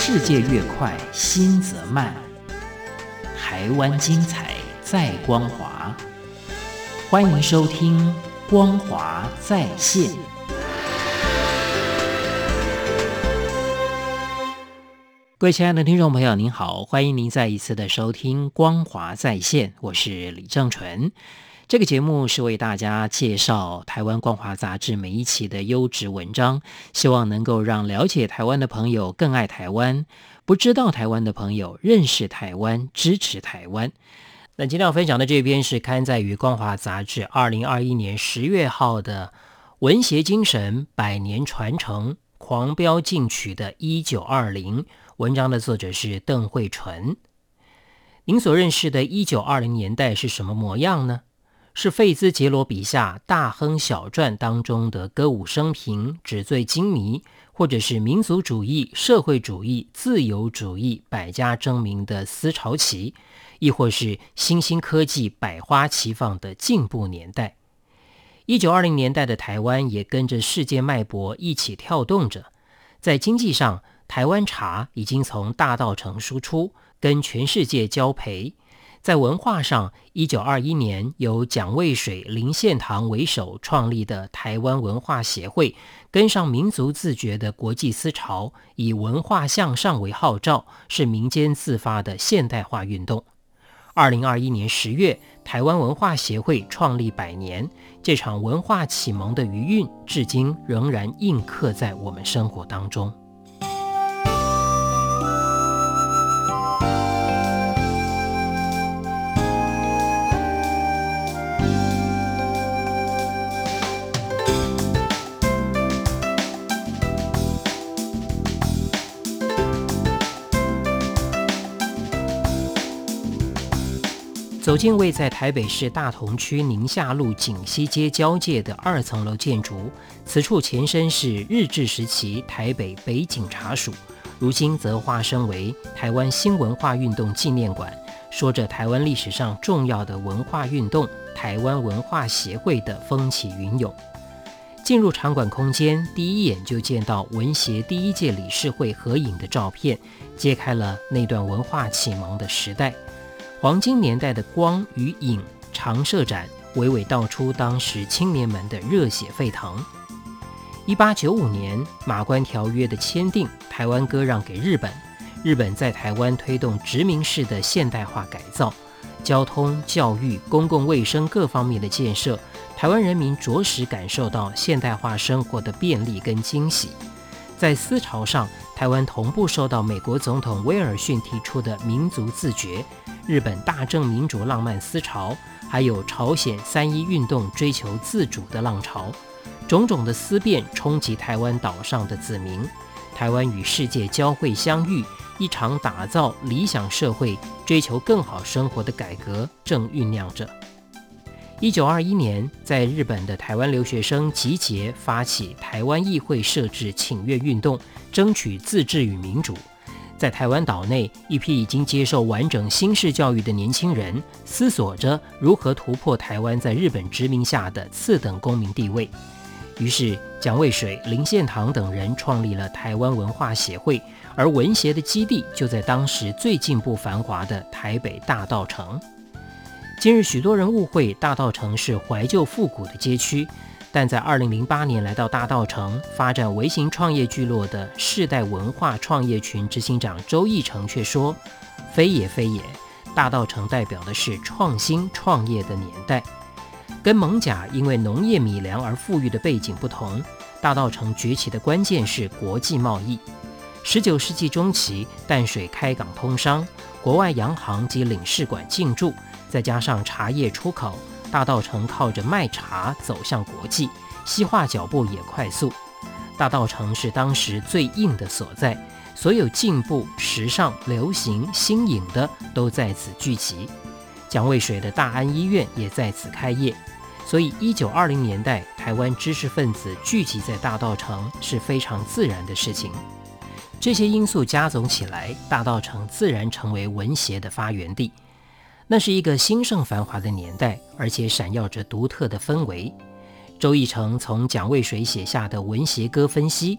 世界越快，心则慢。台湾精彩在光华，欢迎收听光华在线。各位亲爱的听众朋友您好，欢迎您再一次的收听光华在线，我是李正纯。这个节目是为大家介绍台湾光华杂志每一期的优质文章，希望能够让了解台湾的朋友更爱台湾，不知道台湾的朋友认识台湾，支持台湾。那今天要分享的这篇是刊载于光华杂志2021年10月号的文协精神百年传承狂飙进取的1920，文章的作者是邓慧纯。您所认识的1920年代是什么模样呢？是费兹杰罗笔下大亨小传当中的歌舞升平、纸醉金迷，或者是民族主义、社会主义、自由主义百家争鸣的思潮期，亦或是新兴科技百花齐放的进步年代。1920年代的台湾也跟着世界脉搏一起跳动着。在经济上，台湾茶已经从大稻埕输出，跟全世界交陪。在文化上，1921年由蒋渭水、林献堂为首创立的台湾文化协会，跟上民族自觉的国际思潮，以文化向上为号召，是民间自发的现代化运动。2021年10月，台湾文化协会创立100年，这场文化启蒙的余韵，至今仍然印刻在我们生活当中。走进位在台北市大同区宁夏路锦西街交界的2层楼建筑，此处前身是日治时期台北北警察署，如今则化身为台湾新文化运动纪念馆，说着台湾历史上重要的文化运动台湾文化协会的风起云涌。进入场馆空间，第一眼就见到文协第1届理事会合影的照片，揭开了那段文化启蒙的时代。黄金年代的光与影常设展，娓娓道出当时青年们的热血沸腾。1895年马关条约的签订，台湾割让给日本，日本在台湾推动殖民式的现代化改造，交通、教育、公共卫生各方面的建设，台湾人民着实感受到现代化生活的便利跟惊喜。在思潮上，台湾同步受到美国总统威尔逊提出的民族自觉，日本大正民主浪漫思潮，还有朝鲜3·1运动追求自主的浪潮，种种的思辨冲击台湾岛上的子民，台湾与世界交汇相遇，一场打造理想社会、追求更好生活的改革正酝酿着。1921年，在日本的台湾留学生集结发起台湾议会设置请愿运动，争取自治与民主。在台湾岛内，一批已经接受完整新式教育的年轻人，思索着如何突破台湾在日本殖民下的次等公民地位。于是，蒋渭水、林献堂等人创立了台湾文化协会，而文协的基地就在当时最进步繁华的台北大稻埕。今日许多人误会大稻埕是怀旧复古的街区，但在2008年来到大稻埕发展微型创业聚落的世代文化创业群执行长周义成却说，非也非也，大稻埕代表的是创新创业的年代。跟艋舺因为农业米粮而富裕的背景不同，大稻埕崛起的关键是国际贸易。19世纪中期，淡水开港通商，国外洋行及领事馆进驻，再加上茶叶出口，大稻埕靠着卖茶走向国际，西化脚步也快速。大稻埕是当时最硬的所在，所有进步、时尚、流行、新颖的都在此聚集。蒋渭水的大安医院也在此开业，所以1920年代台湾知识分子聚集在大稻埕是非常自然的事情。这些因素加总起来，大稻埕自然成为文协的发源地。那是一个兴盛繁华的年代，而且闪耀着独特的氛围。周义成从蒋渭水写下的文协歌分析，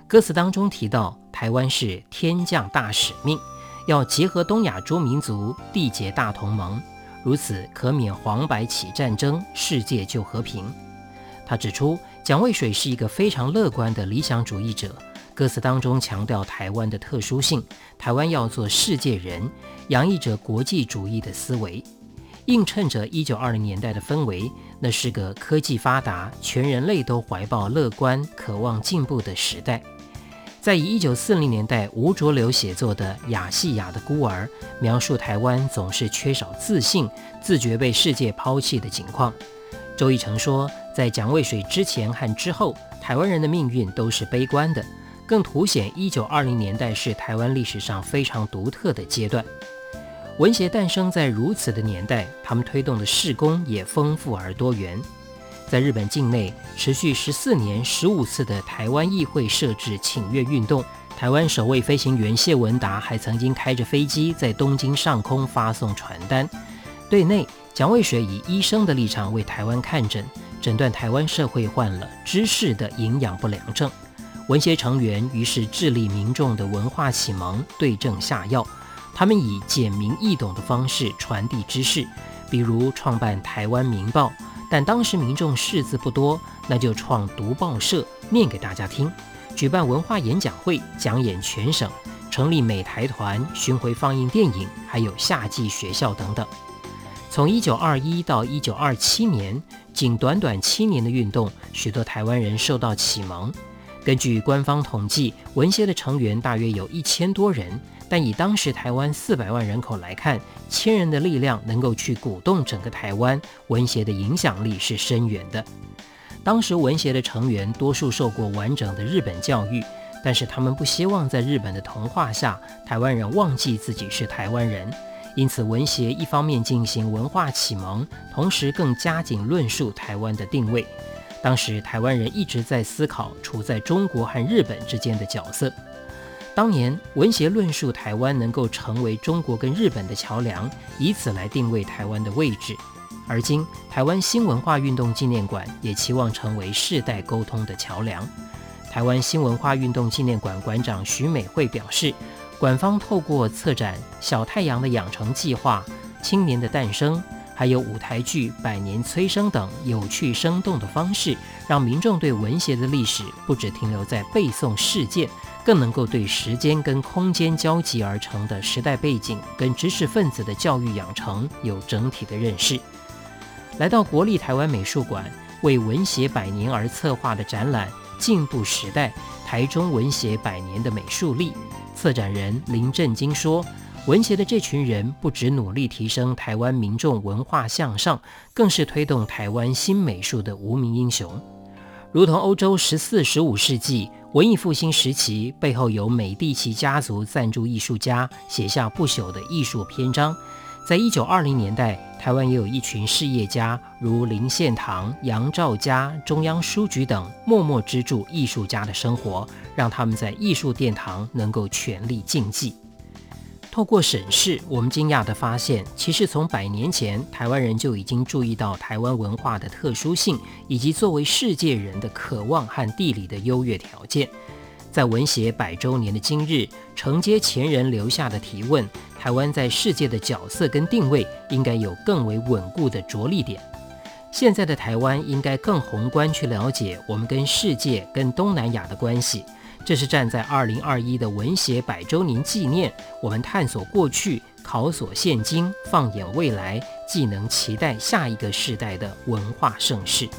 歌词当中提到，台湾是天降大使命，要结合东亚诸民族，缔结大同盟，如此可免黄白起战争，世界就和平。他指出，蒋渭水是一个非常乐观的理想主义者，歌词当中强调台湾的特殊性，台湾要做世界人，洋溢着国际主义的思维，映衬着1920年代的氛围，那是个科技发达，全人类都怀抱乐观、渴望进步的时代。在以1940年代吴浊流写作的《亚细亚的孤儿》，描述台湾总是缺少自信，自觉被世界抛弃的情况。周奕成说，在蒋渭水之前和之后，台湾人的命运都是悲观的，更凸显1920年代是台湾历史上非常独特的阶段。文协诞生在如此的年代，他们推动的事工也丰富而多元。在日本境内持续14年15次的台湾议会设置请愿运动，台湾首位飞行员谢文达还曾经开着飞机在东京上空发送传单。对内，蒋渭水以医生的立场为台湾看诊，诊断台湾社会患了知识的营养不良症。文协成员于是致力民众的文化启蒙，对症下药。他们以简明易懂的方式传递知识，比如创办台湾民报，但当时民众识字不多，那就创读报社，念给大家听。举办文化演讲会，讲演全省，成立美台团，巡回放映电影，还有夏季学校等等。从1921到1927年，仅短短7年的运动，许多台湾人受到启蒙。根据官方统计，文协的成员大约有1000多人，但以当时台湾400万人口来看，1000人的力量能够去鼓动整个台湾，文协的影响力是深远的。当时文协的成员多数受过完整的日本教育，但是他们不希望在日本的同化下，台湾人忘记自己是台湾人。因此文协一方面进行文化启蒙，同时更加紧论述台湾的定位。当时台湾人一直在思考处在中国和日本之间的角色。当年文协论述台湾能够成为中国跟日本的桥梁，以此来定位台湾的位置。而今台湾新文化运动纪念馆也期望成为世代沟通的桥梁。台湾新文化运动纪念馆馆长徐美惠表示，馆方透过策展小太阳的养成计划、青年的诞生，还有舞台剧百年催生等有趣生动的方式，让民众对文协的历史不只停留在背诵事件，更能够对时间跟空间交集而成的时代背景跟知识分子的教育养成有整体的认识。来到国立台湾美术馆，为文协100年而策划的展览《进步时代：台中文协100年的美术力》，策展人林正金说，文协的这群人不只努力提升台湾民众文化向上，更是推动台湾新美术的无名英雄。如同欧洲14、15世纪文艺复兴时期，背后有美第奇家族赞助艺术家，写下不朽的艺术篇章。在1920年代，台湾也有一群事业家，如林献堂、杨兆嘉、中央书局等，默默资助艺术家的生活，让他们在艺术殿堂能够全力竞技。透过审视，我们惊讶地发现，其实从100年前，台湾人就已经注意到台湾文化的特殊性，以及作为世界人的渴望和地理的优越条件。在文协100周年的今日，承接前人留下的提问，台湾在世界的角色跟定位应该有更为稳固的着力点。现在的台湾应该更宏观去了解我们跟世界、跟东南亚的关系。这是站在2021的文协100周年纪念，我们探索过去，考索现今，放眼未来，既能期待下一个世代的文化盛世。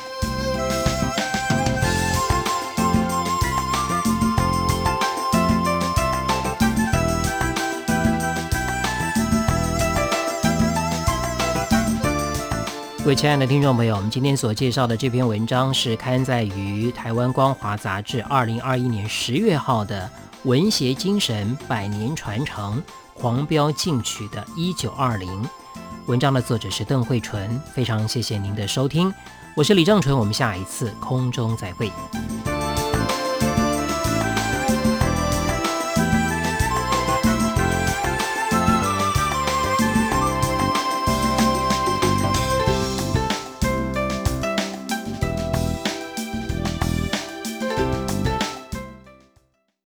各位亲爱的听众朋友，我们今天所介绍的这篇文章是刊载于台湾光华杂志2021年10月号的《文协精神100年传承，狂飙进取的1920》。文章的作者是邓慧纯，非常谢谢您的收听，我是李正纯，我们下一次空中再会。